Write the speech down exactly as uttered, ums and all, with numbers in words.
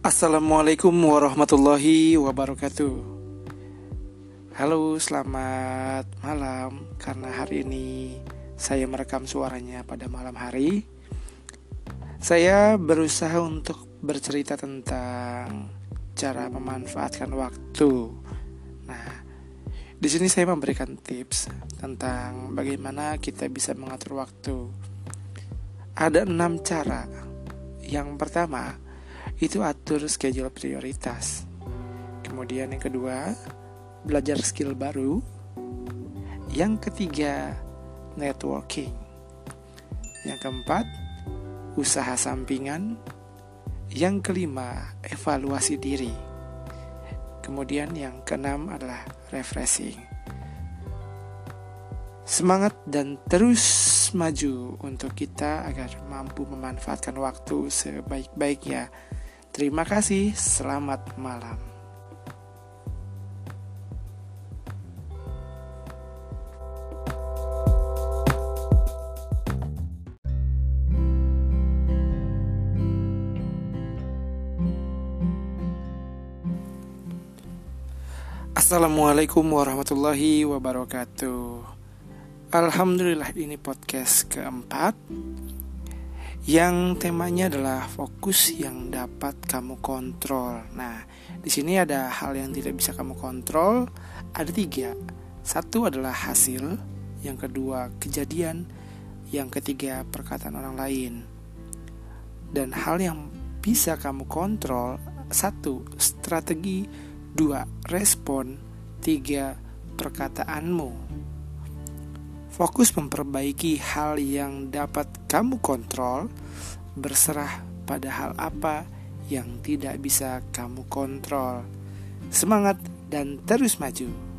Assalamualaikum warahmatullahi wabarakatuh. Halo, selamat malam. Karena hari ini saya merekam suaranya pada malam hari, saya berusaha untuk bercerita tentang cara memanfaatkan waktu. Nah, di sini saya memberikan tips tentang bagaimana kita bisa mengatur waktu. Ada enam cara. Yang pertama, itu atur schedule prioritas. Kemudian yang kedua, belajar skill baru. Yang ketiga, networking. Yang keempat, usaha sampingan. Yang kelima, evaluasi diri. Kemudian yang keenam adalah refreshing. Semangat dan terus maju untuk kita agar mampu memanfaatkan waktu sebaik-baiknya. Terima kasih, selamat malam. Assalamualaikum warahmatullahi wabarakatuh. Alhamdulillah, ini podcast keempat yang temanya adalah fokus yang dapat kamu kontrol. Nah, di sini ada hal yang tidak bisa kamu kontrol, ada tiga. Satu adalah hasil, yang kedua kejadian, yang ketiga perkataan orang lain. Dan hal yang bisa kamu kontrol, satu strategi, dua respon, tiga perkataanmu. Fokus memperbaiki hal yang dapat kamu kontrol, berserah pada hal apa yang tidak bisa kamu kontrol. Semangat dan terus maju.